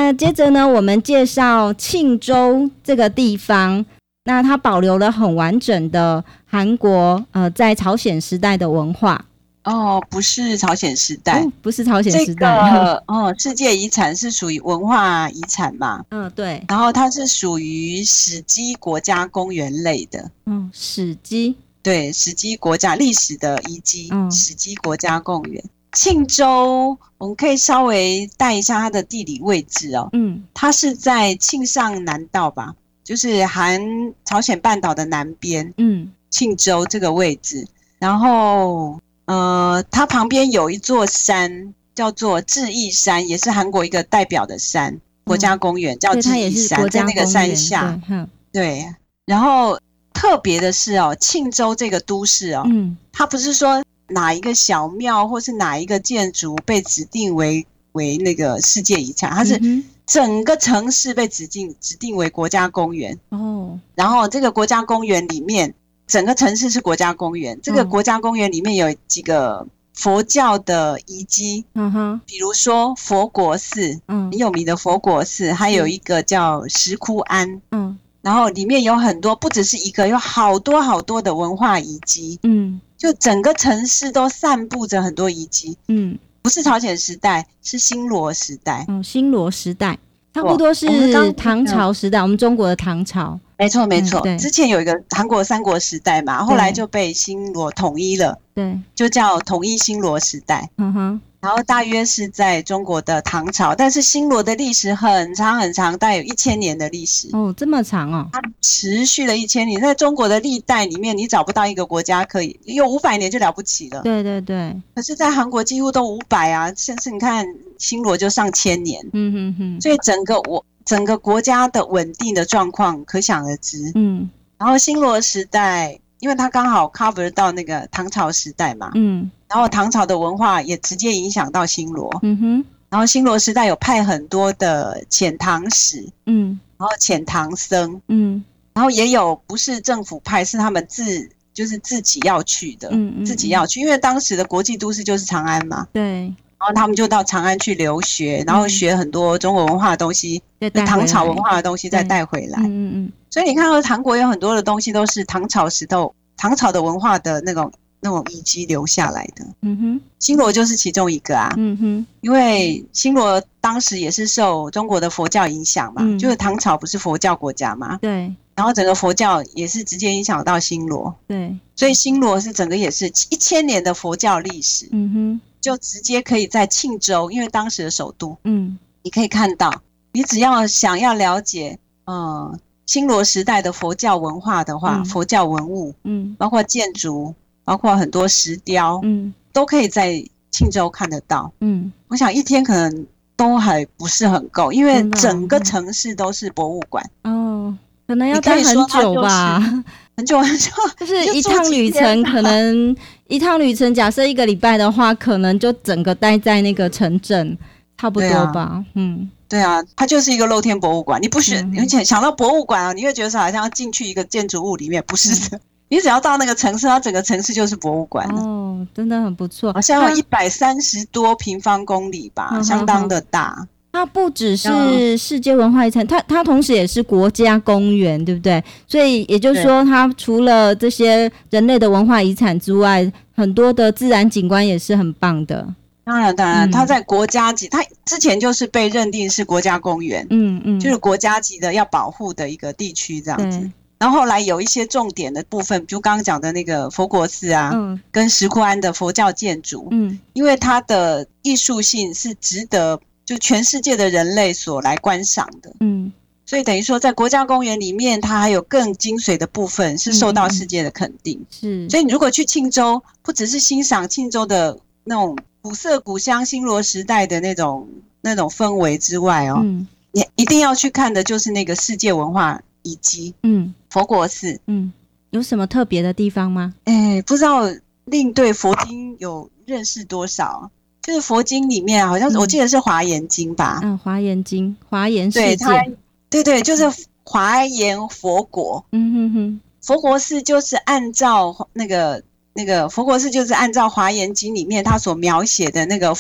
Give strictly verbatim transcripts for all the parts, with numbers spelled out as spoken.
那接着呢，我们介绍庆州这个地方，那它保留了很完整的韩国呃在朝鲜时代的文化。 哦，不是朝鲜时代， 哦、不是朝鲜时代。 这个哦，世界遗产是属于文化遗产嘛？ 嗯，对。 然后它是属于史基国家公园类的。 嗯，史基。 对，史基国家历史的遗迹， 嗯， 史基国家公园。庆州，我们可以稍微带一下它的地理位置哦。 嗯， 它是在庆尚南道吧，就是韩朝鲜半岛的南边。 嗯， 庆州这个位置，然后。呃，它旁边有一座山叫做智异山，也是韩国一个代表的山，嗯、国家公园叫智异山，在那个山下。 对， 对，然后特别的是哦，庆州这个都市哦，嗯，它不是说哪一个小庙或是哪一个建筑被指定为为那个世界遗产，它是整个城市被指定指定为国家公园哦。然后这个国家公园里面。整个城市是国家公园，这个国家公园里面有几个佛教的遗迹，嗯哼，比如说佛国寺，嗯，很有名的佛国寺，还有一个叫石窟庵，嗯，然后里面有很多，不只是一个，有好多好多的文化遗迹，嗯，就整个城市都散布着很多遗迹，嗯，不是朝鲜时代，是新罗时代， 嗯，新罗时代。差不多是唐朝时代，我们中国的唐朝。 没错没错、嗯、之前有一个韩国三国时代嘛，后来就被新罗统一了，对，就叫统一新罗时代。嗯哼，然后大约是在中国的唐朝，但是新罗的历史很长很长，大概有一千年的历史。 哦，这么长哦！ 它持续了一千年，在中国的历代里面，你找不到一个国家可以有五百年就了不起了。 对对对。 可是，在韩国几乎都五百啊，甚至你看新罗就上千年。嗯哼哼。所以整个我。整个国家的稳定的状况可想而知，嗯，然后新罗时代，因为它刚好 cover 到那个唐朝时代嘛，嗯，然后唐朝的文化也直接影响到新罗，嗯哼，然后新罗时代有派很多的遣唐使，嗯，然后遣唐僧，嗯，然后也有不是政府派，是他们自就是自己要去的，嗯嗯，自己要去，因为当时的国际都市就是长安嘛，对。然后他们就到长安去留学，然后学很多中国文化的东西，嗯、唐朝文化的东西再带回来。嗯嗯。所以你看到韩国有很多的东西都是唐朝时候、唐朝的文化的那种那种遗迹留下来的。嗯哼。新罗就是其中一个啊。嗯哼。因为新罗当时也是受中国的佛教影响嘛，嗯、就是唐朝不是佛教国家嘛。对。然后整个佛教也是直接影响到新罗。对。所以新罗是整个也是一千年的佛教历史。嗯哼。就直接可以在庆州，因为当时的首都，嗯，你可以看到，你只要想要了解，呃，新罗时代的佛教文化的话，嗯、佛教文物，嗯，包括建筑，包括很多石雕，嗯，都可以在庆州看得到，嗯，我想一天可能都还不是很够，因为整个城市都是博物馆， 哦，可能要待很久吧。 很久很久， 就是一趟旅程，可能一趟旅程，假设一个礼拜的话，可能就整个待在那个城镇，差不多吧。啊、嗯， 对啊，它就是一个露天博物馆。你不选，而且、嗯、想到博物馆啊，你会觉得好像要进去一个建筑物里面，不是的。嗯、你只要到那个城市，它整个城市就是博物馆了。 哦，真的很不错， 好像有一百三十多平方公里吧，啊、相当的大。 它不只是世界文化遗产，它它同时也是国家公园，对不对？所以也就是说，它除了这些人类的文化遗产之外，很多的自然景观也是很棒的。 当然，当然，它在国家级，它之前就是被认定是国家公园，嗯嗯，就是国家级的要保护的一个地区这样子。然后后来有一些重点的部分，就刚刚讲的那个佛国寺啊，嗯、跟石窟庵的佛教建筑，嗯，因为它的艺术性是值得。就全世界的人类所来观赏的，嗯，所以等于说在国家公园里面，它还有更精髓的部分是受到世界的肯定，嗯、是。所以你如果去庆州，不只是欣赏庆州的那种古色古香新罗时代的那种那种氛围之外哦，嗯，你一定要去看的就是那个世界文化遗迹，嗯，佛国寺， 嗯，有什么特别的地方吗？ 哎，不知道令对佛经有认识多少？就是佛经里面好像我记得是华严经吧， 嗯，华严经，华严世界， 对，对对，就是华严佛国，嗯哼哼，佛国寺就是按照那个那个佛国寺就是按照华严经里面它所描写的那个佛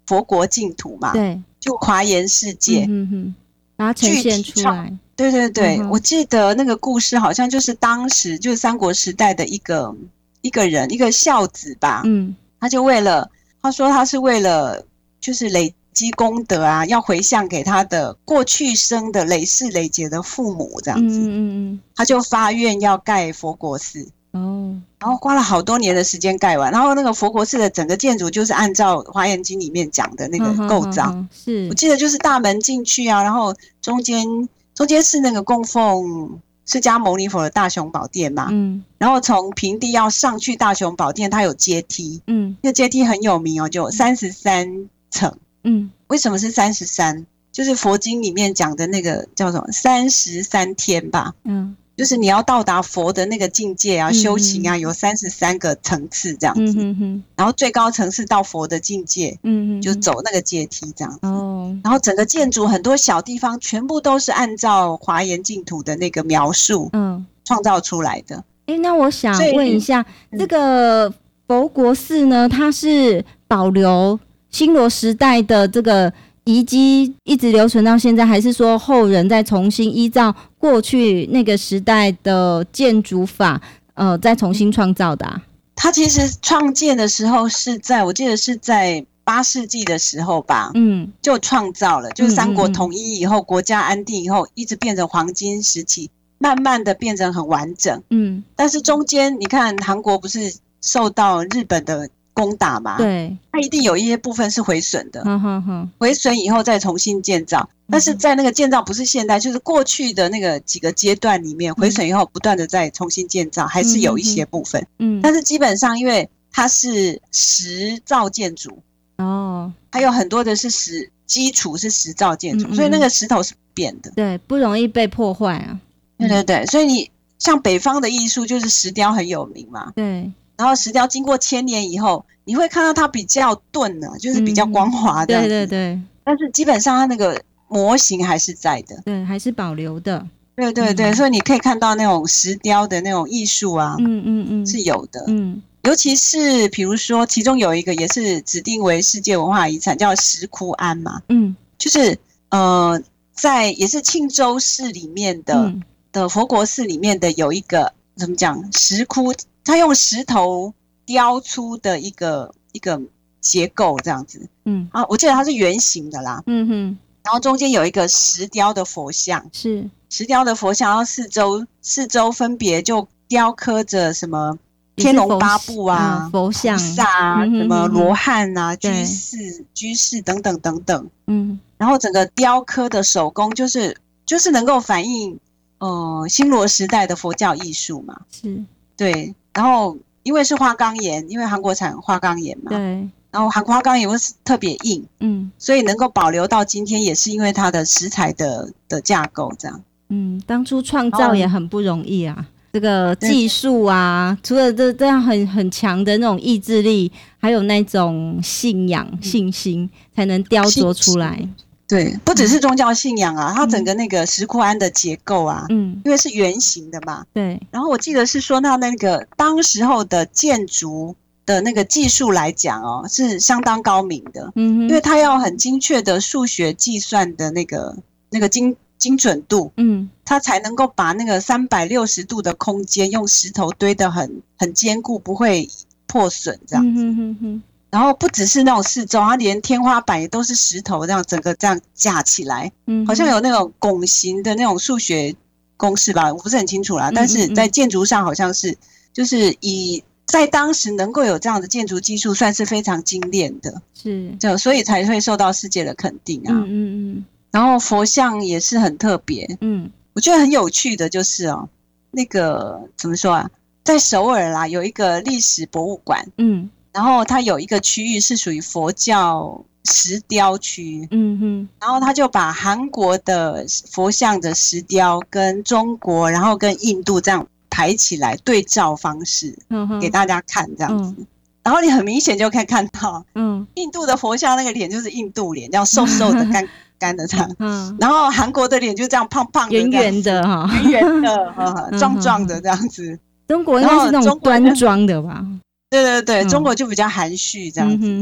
佛国净土嘛， 对， 就华严世界， 嗯哼，把它呈现出来。 对对对、嗯，我记得那个故事好像就是当时就是三国时代的一个一个人，一个孝子吧，嗯，他就为了他说他是为了就是累积功德啊，要回向给他的过去生的累世累劫的父母这样子，嗯嗯嗯，他就发愿要盖佛国寺。哦，然后花了好多年的时间盖完，然后那个佛国寺的整个建筑就是按照《华严经》里面讲的那个构造，嗯、是我记得就是大门进去啊，然后中间中间是那个供奉释迦牟尼佛的大雄宝殿嘛，嗯，然后从平地要上去大雄宝殿，它有阶梯，嗯，那阶梯很有名哦，就有三十三层，嗯，为什么是三十三？就是佛经里面讲的那个叫什么三十三天吧，嗯。就是你要到达佛的那个境界啊，嗯、修行啊，有三十三个层次这样子、嗯哼哼，然后最高层次到佛的境界，嗯哼哼，就走那个阶梯这样子。哦，然后整个建筑很多小地方全部都是按照华严净土的那个描述，嗯，创造出来的。 哎，那我想问一下，这个佛国寺呢，它是保留新罗时代的这个遗迹一直留存到现在，还是说后人再重新依照过去那个时代的建筑法，呃，再重新创造的、啊？ 它其实创建的时候是在，我记得是在八世纪的时候吧，嗯，就创造了，就是三国统一以后，嗯嗯嗯国家安定以后，一直变成黄金时期，慢慢的变成很完整，嗯，但是中间你看韩国不是受到日本的攻打嘛，对，它一定有一些部分是毁损的，呵呵呵，毁损以后再重新建造，但是在那个建造不是现代，就是过去的那个几个阶段里面，毁损以后不断的再重新建造，还是有一些部分，嗯，但是基本上因为它是石造建筑，哦，还有很多的是石基础是石造建筑，嗯嗯，所以那个石头是不变的， 对，不容易被破坏啊， 对对对，所以你像北方的艺术就是石雕很有名嘛，对。然后石雕经过千年以后，你会看到它比较钝了，就是比较光滑的、嗯。对对对。但是基本上它那个模型还是在的， 对，还是保留的。 对对对，嗯、所以你可以看到那种石雕的那种艺术啊，嗯嗯嗯，是有的。嗯，尤其是比如说，其中有一个也是指定为世界文化遗产，叫石窟庵嘛。嗯，就是呃，在也是庆州市里面的、嗯、的佛国寺里面的有一个怎么讲石窟。他用石头雕出的一个一个结构这样子，嗯，啊，我记得它是圆形的啦，嗯哼，然后中间有一个石雕的佛像，是石雕的佛像，然后四周四周分别就雕刻着什么天龙八部啊、 佛像、 菩萨啊、嗯、什么罗汉啊、居士、居士等等等等，嗯，然后整个雕刻的手工就是就是能够反映呃新罗时代的佛教艺术嘛，是，对。然后因为是花岗岩，因为韩国产花岗岩嘛，对。然后韩国花岗岩又是特别硬，嗯，所以能够保留到今天，也是因为它的石材的的架构这样。 嗯，当初创造也很不容易啊，这个技术啊，除了这这样很很强的那种意志力，还有那种信仰、嗯、信心，才能雕琢出来。 对，不只是宗教信仰啊，嗯、它整个那个石窟庵的结构啊，嗯，因为是圆形的嘛，对。然后我记得是说，那那个当时候的建筑的那个技术来讲哦，是相当高明的，嗯，因为它要很精确的数学计算的那个那个精精准度，嗯，它才能够把那个三百六十度的空间用石头堆得很很坚固，不会破损这样子。嗯哼哼哼，然后不只是那种四周，它连天花板也都是石头，这样整个这样架起来，嗯，好像有那种拱形的那种数学公式吧，我不是很清楚啦。但是在建筑上好像是，就是以在当时能够有这样的建筑技术，算是非常精炼的，是，就所以才会受到世界的肯定啊。嗯嗯嗯。然后佛像也是很特别，嗯，我觉得很有趣的就是哦，那个怎么说啊，在首尔啦有一个历史博物馆，嗯。然后它有一个区域是属于佛教石雕区，嗯哼，然后他就把韩国的佛像的石雕跟中国，然后跟印度这样排起来对照方式，嗯哼，给大家看这样子。嗯，然后你很明显就可以看到，嗯，印度的佛像那个脸就是印度脸，这样瘦瘦的、干干的这样，嗯，然后韩国的脸就这样胖胖的、 圆圆的哈， 圆圆的、嗯、壮壮的这样子。 中国应该是那种端庄的吧？ 对对对，嗯、中国就比较含蓄这样子。嗯哼哼，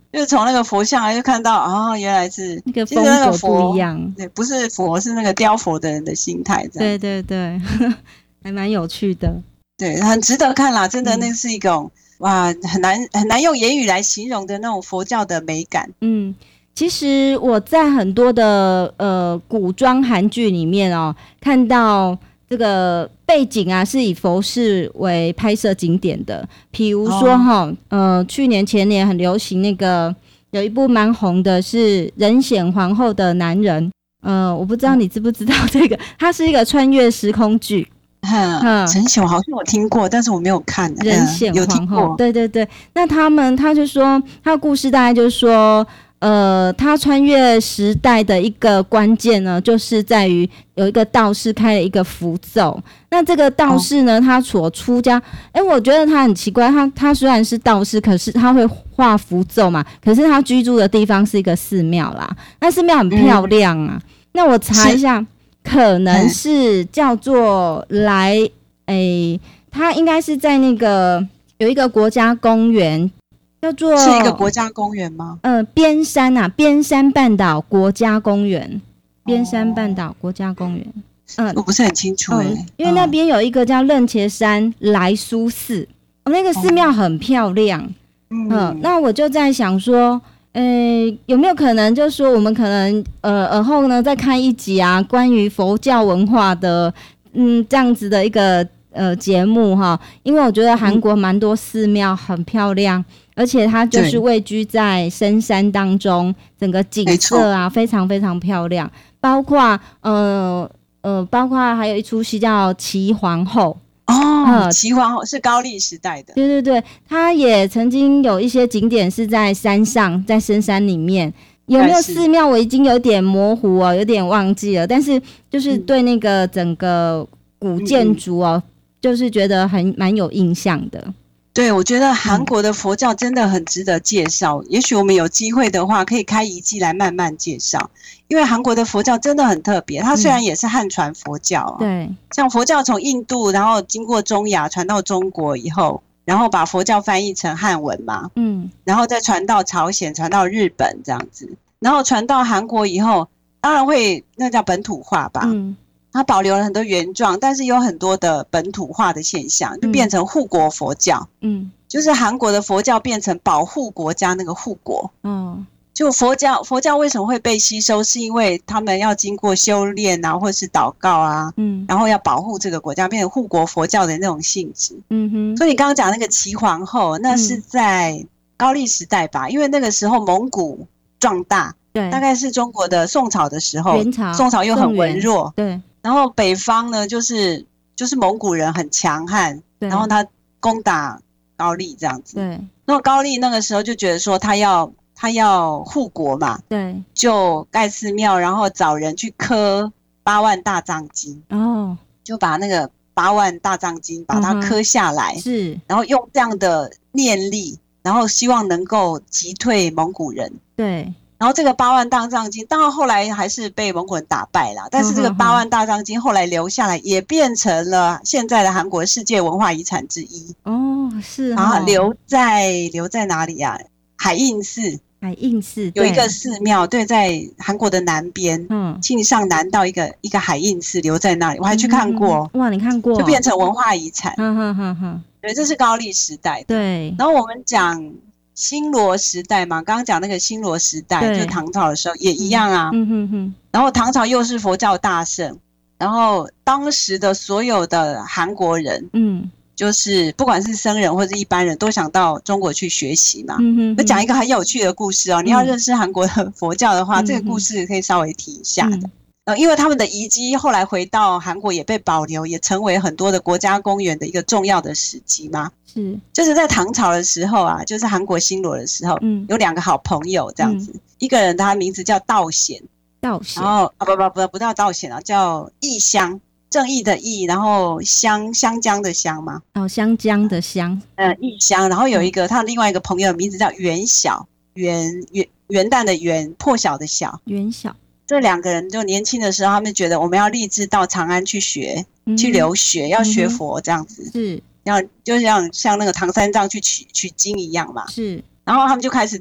就是从那个佛像就看到啊、哦，原来是那个风格不一样， 对，不是佛，是那个雕佛的人的心态，这样。 对对对，还蛮有趣的， 对，很值得看啦，真的，那是一种、嗯、哇，很难很难用言语来形容的那种佛教的美感。 嗯，其实我在很多的呃古装韩剧里面哦，看到这个背景啊是以佛寺为拍摄景点的，比如说哈、哦，呃，去年前年很流行那个有一部蛮红的是仁显皇后的男人，呃，我不知道你知不知道这个，它是一个穿越时空剧。 嗯，仁显好像我听过，但是我没有看。 仁显皇后，对对对，那他们他就说他的故事大概就是说。呃，他穿越时代的一个关键呢，就是在于有一个道士开了一个符咒。那这个道士呢，哦、他所出家，哎，我觉得他很奇怪，他他虽然是道士，可是他会画符咒嘛，可是他居住的地方是一个寺庙啦，那寺庙很漂亮啊。嗯、那我查一下，可能是叫做来，哎，他应该是在那个有一个国家公园。叫做是一个国家公园吗？ 呃，边山啊，边山半岛国家公园，边山半岛国家公园。 嗯、哦呃，我不是很清楚哎、欸嗯， 因为那边有一个叫楞茄山来苏寺、哦，那个寺庙很漂亮。嗯、呃，那我就在想说，呃，有没有可能就是说，我们可能呃而后呢再看一集啊，关于佛教文化的，嗯，这样子的一个呃节目哈？因为我觉得韩国蛮多寺庙很漂亮。而且它就是位居在深山当中，整个景色啊非常非常漂亮，包括呃呃，包括还有一出戏叫《齐皇后》 哦，齐、呃、皇后是高丽时代的， 对对对，它也曾经有一些景点是在山上，在深山里面。有没有寺庙我已经有点模糊哦，有点忘记了，但是就是对那个整个古建筑哦，嗯、就是觉得很蛮有印象的。 对，我觉得韩国的佛教真的很值得介绍、嗯、也许我们有机会的话可以开一季来慢慢介绍，因为韩国的佛教真的很特别，它虽然也是汉传佛教、啊嗯、对，像佛教从印度然后经过中亚传到中国以后，然后把佛教翻译成汉文嘛，嗯，然后再传到朝鲜，传到日本这样子，然后传到韩国以后当然会那叫本土化吧，嗯，它保留了很多原状，但是有很多的本土化的现象，就变成护国佛教。嗯，就是韩国的佛教变成保护国家那个护国。嗯，就佛教佛教为什么会被吸收，是因为他们要经过修炼啊，或是祷告啊，嗯，然后要保护这个国家，变成护国佛教的那种性质。嗯哼，所以你刚刚讲那个齐皇后，那是在高丽时代吧？因为那个时候蒙古壮大，对，大概是中国的宋朝的时候，元朝，宋朝又很文弱，对。然后北方呢，就是就是蒙古人很强悍，然后他攻打高丽这样子。对。那么高丽那个时候就觉得说他要他要护国嘛，对，就盖寺庙，然后找人去刻八万大藏经。哦。就把那个八万大藏经把它刻下来，嗯、是，然后用这样的念力，然后希望能够击退蒙古人。对。然后这个八万大藏经当然后来还是被蒙古人打败了，但是这个八万大藏经后来留下来也变成了现在的韩国世界文化遗产之一。哦，是哦。然后留在留在哪里啊？海印寺。海印寺有一个寺庙，对，在韩国的南边，嗯，庆尚南道一个一个海印寺留在那里，我还去看过。嗯、哇，你看过？就变成文化遗产。嗯哼哼哼。对，这是高丽时代的。对。然后我们讲新罗时代嘛，刚刚讲那个新罗时代，就唐朝的时候也一样啊。嗯哼哼。然后唐朝又是佛教大盛，然后当时的所有的韩国人，嗯，就是不管是僧人或者一般人都想到中国去学习嘛。嗯哼哼。我讲一个很有趣的故事哦，嗯、你要认识韩国的佛教的话，嗯、这个故事可以稍微提一下的。嗯呃，因为他们的遗迹后来回到韩国也被保留，也成为很多的国家公园的一个重要的史迹嘛。是，就是在唐朝的时候啊，就是韩国新罗的时候，嗯，有两个好朋友这样子，嗯、一个人他名字叫道显，道显，然后啊不不不不叫道显啊，叫义香，正义的义，然后香香江的香嘛，哦，香江的香，呃，义香，然后有一个、嗯、他另外一个朋友名字叫元晓，元元元旦的元，破晓的晓，元晓。这两个人就年轻的时候，他们觉得我们要立志到长安去学，嗯、去留学，要学佛这样子，是，要就像像那个唐三藏去取取经一样嘛，是。然后他们就开始走，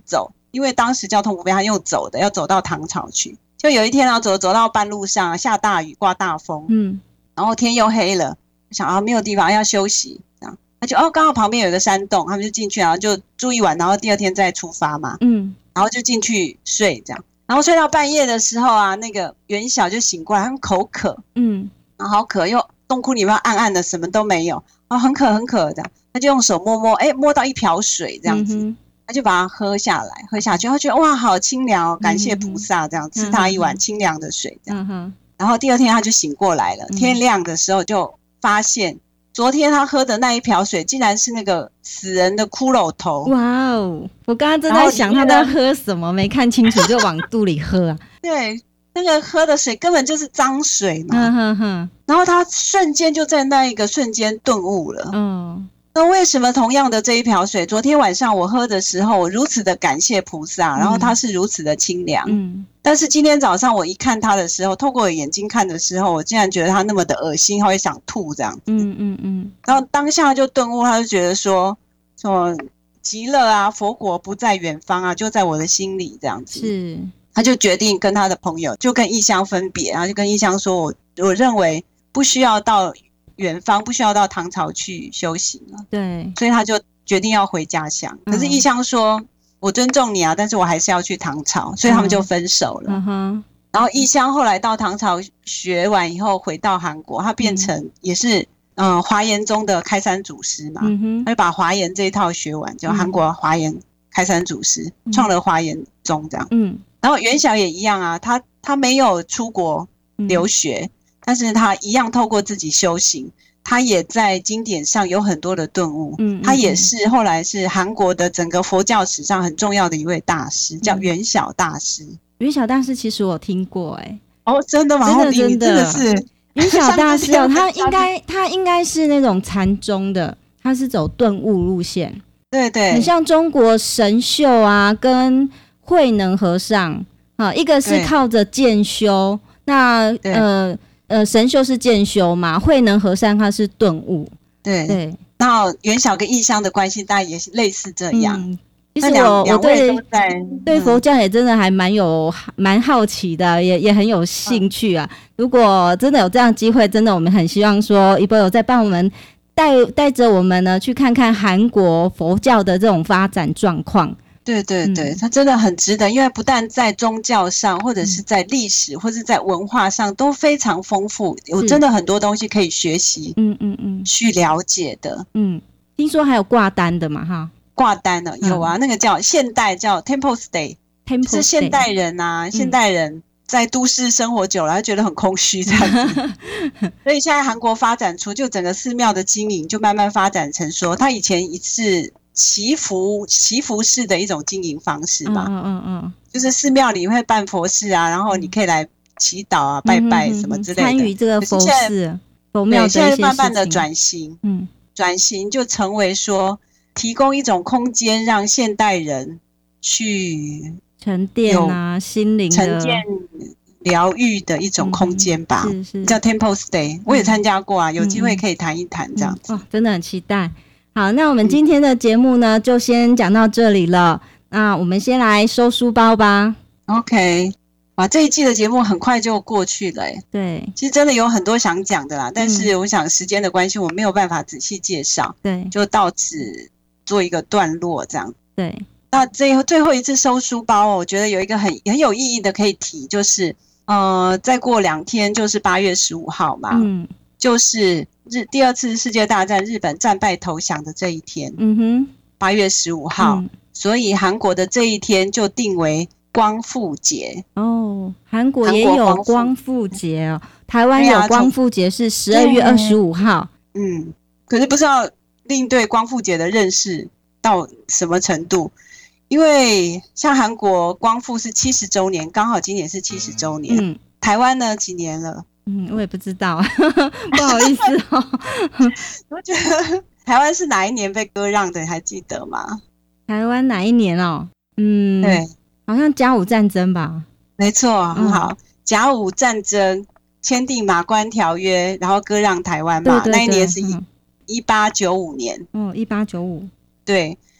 因为当时交通不便，他用走的，要走到唐朝去。就有一天啊，走走到半路上、啊、下大雨，刮大风，嗯，然后天又黑了，想啊没有地方要休息，这样他就哦刚好旁边有一个山洞，他们就进去，然后就住一晚，然后第二天再出发嘛，嗯，然后就进去睡这样，然后睡到半夜的时候啊，那个元小就醒过来，他们口渴，嗯，然后好渴，又洞窟里面暗暗的，什么都没有，然后很渴很渴的，他就用手摸摸，哎，摸到一瓢水这样子。嗯，他就把它喝下来，喝下去，他觉得哇，好清凉哦，感谢菩萨，这样赐他一碗清凉的水，这样。嗯、然后第二天他就醒过来了，天亮的时候就发现，昨天他喝的那一瓢水，竟然是那个死人的骷髅头。 哇哦！我刚刚正在想他在喝什么，没看清楚，就往肚里喝啊。 对，那个喝的水根本就是脏水嘛。嗯哼哼。然后他瞬间就在那一个瞬间顿悟了。嗯。那为什么同样的这一瓢水，昨天晚上我喝的时候，我如此的感谢菩萨，然后它是如此的清凉，嗯，但是今天早上我一看它的时候，透过我眼睛看的时候，我竟然觉得它那么的恶心，会想吐这样子，嗯嗯嗯，然后当下就顿悟，他就觉得说，什么极乐啊，佛国不在远方啊，就在我的心里这样子，是，他就决定跟他的朋友，就跟异乡分别，然后就跟异乡说，我我认为不需要到远方，不需要到唐朝去修行了，对，所以他就决定要回家乡。可是异乡说、嗯、我尊重你啊，但是我还是要去唐朝，所以他们就分手了、嗯、然后异乡后来到唐朝学完以后回到韩国，他变成也是嗯华严宗的开山祖师嘛、嗯、他就把华严这一套学完，就韩国华严开山祖师、嗯、创了华严宗这样。嗯，然后元小也一样啊，他他没有出国留学、嗯，但是他一样透过自己修行，他也在经典上有很多的顿悟。嗯，他也是后来是韩国的整个佛教史上很重要的一位大师，叫元小大师。 元小大师其实我听过、欸，哎， 哦，真的吗？ 真的真的， 真的是元小大师哦，他应该他应该是那种禅宗的，他是走顿悟路线。 对对， 很像中国神秀啊，跟慧能和尚啊，一个是靠着渐修。那呃呃，神秀是渐修嘛，慧能和尚他是顿悟， 对对。然后元小跟异乡的关系大概也是类似这样。嗯、 其实我我对对佛教也真的还蛮有蛮好奇的，也也很有兴趣啊。嗯、如果真的有这样机会，真的我们很希望说一波有在帮我们带带着我们呢去看看韩国佛教的这种发展状况。 对对对，它真的很值得，因为不但在宗教上，或者是在历史，或是在文化上都非常丰富，有真的很多东西可以学习，嗯嗯嗯，去了解的。 嗯，听说还有挂单的嘛，哈， 挂单的有啊，嗯、那个叫现代叫 Temple Stay， 就是现代人啊，嗯、现代人在都市生活久了，他觉得很空虚这样子，所以现在韩国发展出就整个寺庙的经营就慢慢发展成说，他以前一次。祈福祈福式的一种经营方式嘛，嗯嗯嗯，就是寺庙里会办佛事啊，然后你可以来祈祷啊、嗯、拜拜什么之类的， 参与这个佛事、佛庙的一些事情。 现在慢慢的转型，嗯，转型就成为说提供一种空间，让现代人去沉淀啊、心灵的沉淀、疗愈的一种空间吧，嗯、是是叫 Temple Stay， 我也参加过啊，嗯、有机会可以谈一谈这样子， 嗯哦，真的很期待。好，那我们今天的节目呢，就先讲到这里了。那我们先来收书包吧。 OK， 哇，这一季的节目很快就过去了耶。 对， 其实真的有很多想讲的啦，但是我想时间的关系，我没有办法仔细介绍。对，就到此做一个段落这样。 对， 那最后最后一次收书包，我觉得有一个很很有意义的可以提，就是呃，再过两天就是八月十五号嘛。嗯。就是日第二次世界大战日本战败投降的这一天，嗯哼，八月十五号、嗯，所以韩国的这一天就定为光复节。 哦，韩国也有光复节哦，台湾有光复节是十二月二十五号。 嗯，可是不知道另对光复节的认识到什么程度，因为像韩国光复是七十周年，刚好今年是七十周年。嗯，台湾呢几年了？ 嗯，我也不知道，不好意思哦。 我觉得台湾是哪一年被割让的，你还记得吗？ 台湾哪一年哦？嗯， 对， 好像甲午战争吧。 没错，很好。嗯、甲午战争签订马关条约，然后割让台湾嘛。对对对，那一年是一八九五年。 嗯，一八九五。 对，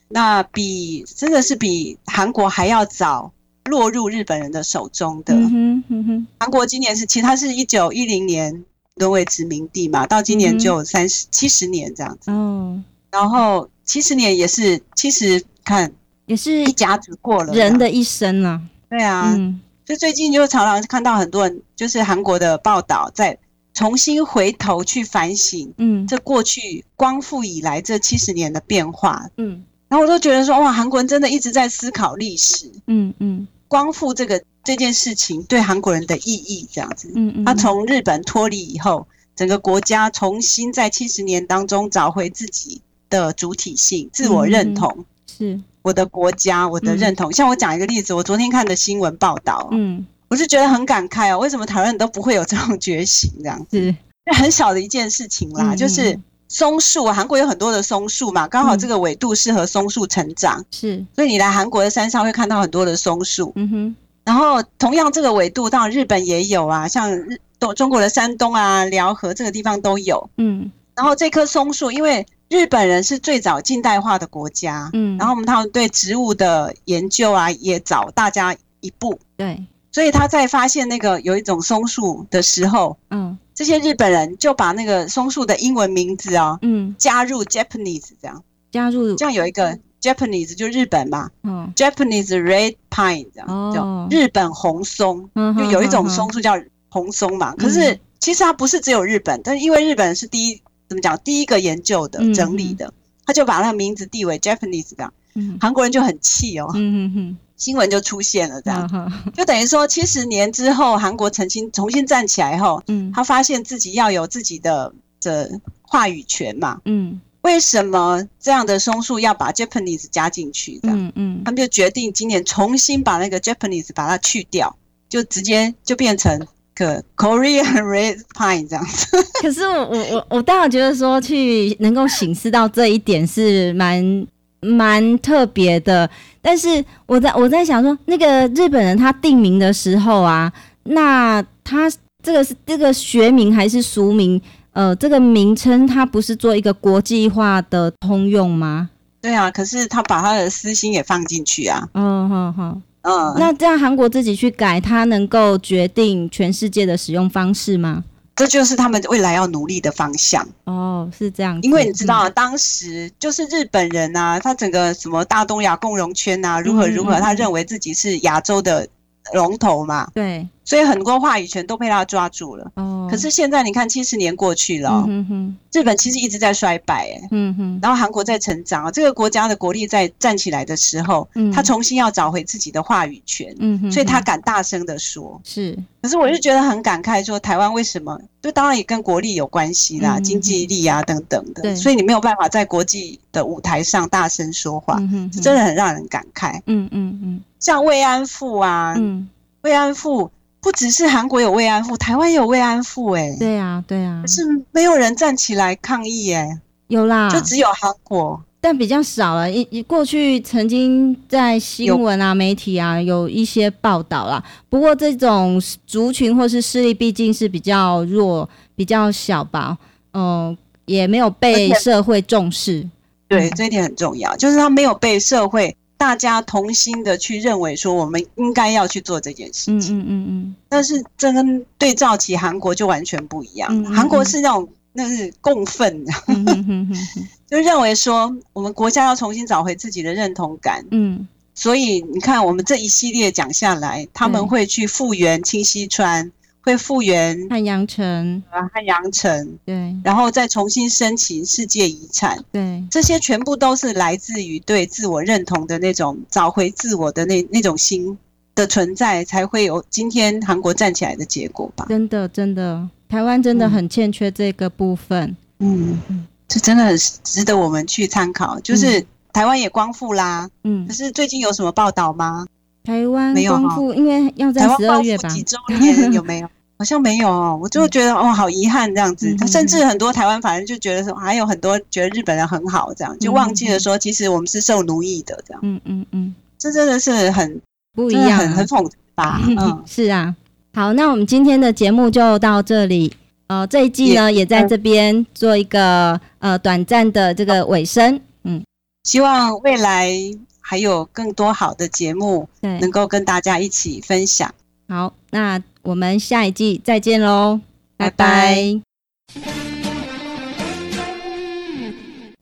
那比真的是比韩国还要早落入日本人的手中的。嗯哼嗯哼，韩国今年是其实它是一九一零年沦为殖民地嘛，到今年就三十七十年这样子。哦，然后七十年也是七十，看也是一甲子过了人的一生啊。 对啊，嗯，就最近就常常看到很多人就是韩国的报道，在重新回头去反省，嗯，这过去光复以来这七十年的变化，嗯，然后我都觉得说哇，韩国人真的一直在思考历史，嗯嗯，光复这个这件事情对韩国人的意义这样子，嗯嗯，他从日本脱离以后，整个国家重新在七十年当中找回自己的主体性、自我认同，嗯、是我的国家，我的认同。嗯、像我讲一个例子，我昨天看的新闻报道，嗯。我是觉得很感慨哦，为什么台湾人都不会有这种觉醒这样子？很小的一件事情啦，嗯、就是松树啊，韩国有很多的松树嘛，刚好这个纬度适合松树成长，是、嗯，所以你来韩国的山上会看到很多的松树。嗯哼，然后同样这个纬度，当然日本也有啊，像日中国的山东啊、辽河这个地方都有。嗯，然后这棵松树，因为日本人是最早近代化的国家，嗯，然后我们他们对植物的研究啊，也早大家一步。对。所以他在发现那个有一种松树的时候，嗯，这些日本人就把那个松树的英文名字啊、哦，嗯，加入 Japanese 这样，加入这样有一个 Japanese 就日本嘛，嗯 ，Japanese Red Pine 这样，哦、叫日本红松，嗯，就有一种松树叫红松嘛。嗯、可是其实它不是只有日本，但是因为日本是第一怎么讲第一个研究的、嗯、整理的，他就把那个名字递为 Japanese 这样，嗯，韩国人就很气哦，嗯哼哼。新闻就出现了，这样、uh-huh. 就等于说七十年之后，韩国重新重新站起来后，嗯，他发现自己要有自己的的话语权嘛，嗯，为什么这样的松树要把 Japanese 加进去？这样，嗯嗯，他们就决定今年重新把那个 Japanese 把它去掉，就直接就变成个 Korean Red Pine 这样子。 可是我我我我当然觉得说去能够省思到这一点是蛮。蛮特别的，但是我在我在想说，那个日本人他定名的时候啊，那他这个是这个学名还是俗名？呃，这个名称他不是做一个国际化的通用吗？ 对啊，可是他把他的私心也放进去啊。嗯哼哼， 嗯，那这样韩国自己去改，他能够决定全世界的使用方式吗？ 这就是他们未来要努力的方向哦，是这样子。 因为你知道、嗯、当时就是日本人啊，他整个什么大东亚共荣圈啊，如何如何，他认为自己是亚洲的龙头嘛，对，所以很多话语权都被他抓住了。哦，可是现在你看，七十年过去了、哦嗯哼哼，日本其实一直在衰败，哎，嗯哼，然后韩国在成长啊，这个国家的国力在站起来的时候，嗯，他重新要找回自己的话语权，嗯哼哼，所以他敢大声的说，是。可是我就觉得很感慨，说台湾为什么？就当然也跟国力有关系啦，嗯、经济力啊等等的，所以你没有办法在国际的舞台上大声说话，嗯、哼哼真的很让人感慨。嗯嗯嗯，像慰安妇啊，嗯，慰安妇不只是韩国有慰安妇，台湾也有慰安妇、欸，哎， 对啊对啊， 可是没有人站起来抗议、欸，哎， 有啦， 就只有韩国。 但比较少了，一过去曾经在新闻啊、媒体啊有一些报道啦。不过这种族群或是势力毕竟是比较弱、比较小吧，嗯、呃，也没有被社会重视。 对，这一点很重要，就是他没有被社会大家同心的去认为说我们应该要去做这件事情。嗯嗯嗯嗯。但是这跟对照起韩国就完全不一样，韩、嗯嗯、国是那种。那是共愤的，嗯、哼哼哼就认为说我们国家要重新找回自己的认同感。嗯，所以你看我们这一系列讲下来，他们会去复原清溪川，会复原汉阳城啊，汉阳城，对，然后再重新申请世界遗产。对，这些全部都是来自于对自我认同的那种找回自我的那那种心的存在，才会有今天韩国站起来的结果吧。 真的，真的。台湾真的很欠缺这个部分， 嗯，这真的很值得我们去参考。就是台湾也光复啦，嗯，可是最近有什么报道吗？ 台湾光复，因为要在十二月吧？ 几周年有没有？好像没有哦，我就觉得、嗯、哦，好遗憾这样子。嗯、甚至很多台湾反正就觉得说，还有很多觉得日本人很好，这样就忘记了说，其实我们是受奴役的，这样。嗯嗯嗯，这真的是很不一样， 很很讽刺吧？嗯， 是啊。好，那我们今天的节目就到这里。呃，这一季呢，也在这边做一个呃短暂的这个尾声。嗯， 希望未来还有更多好的节目能够跟大家一起分享。 好，那我们下一季再见咯，拜拜。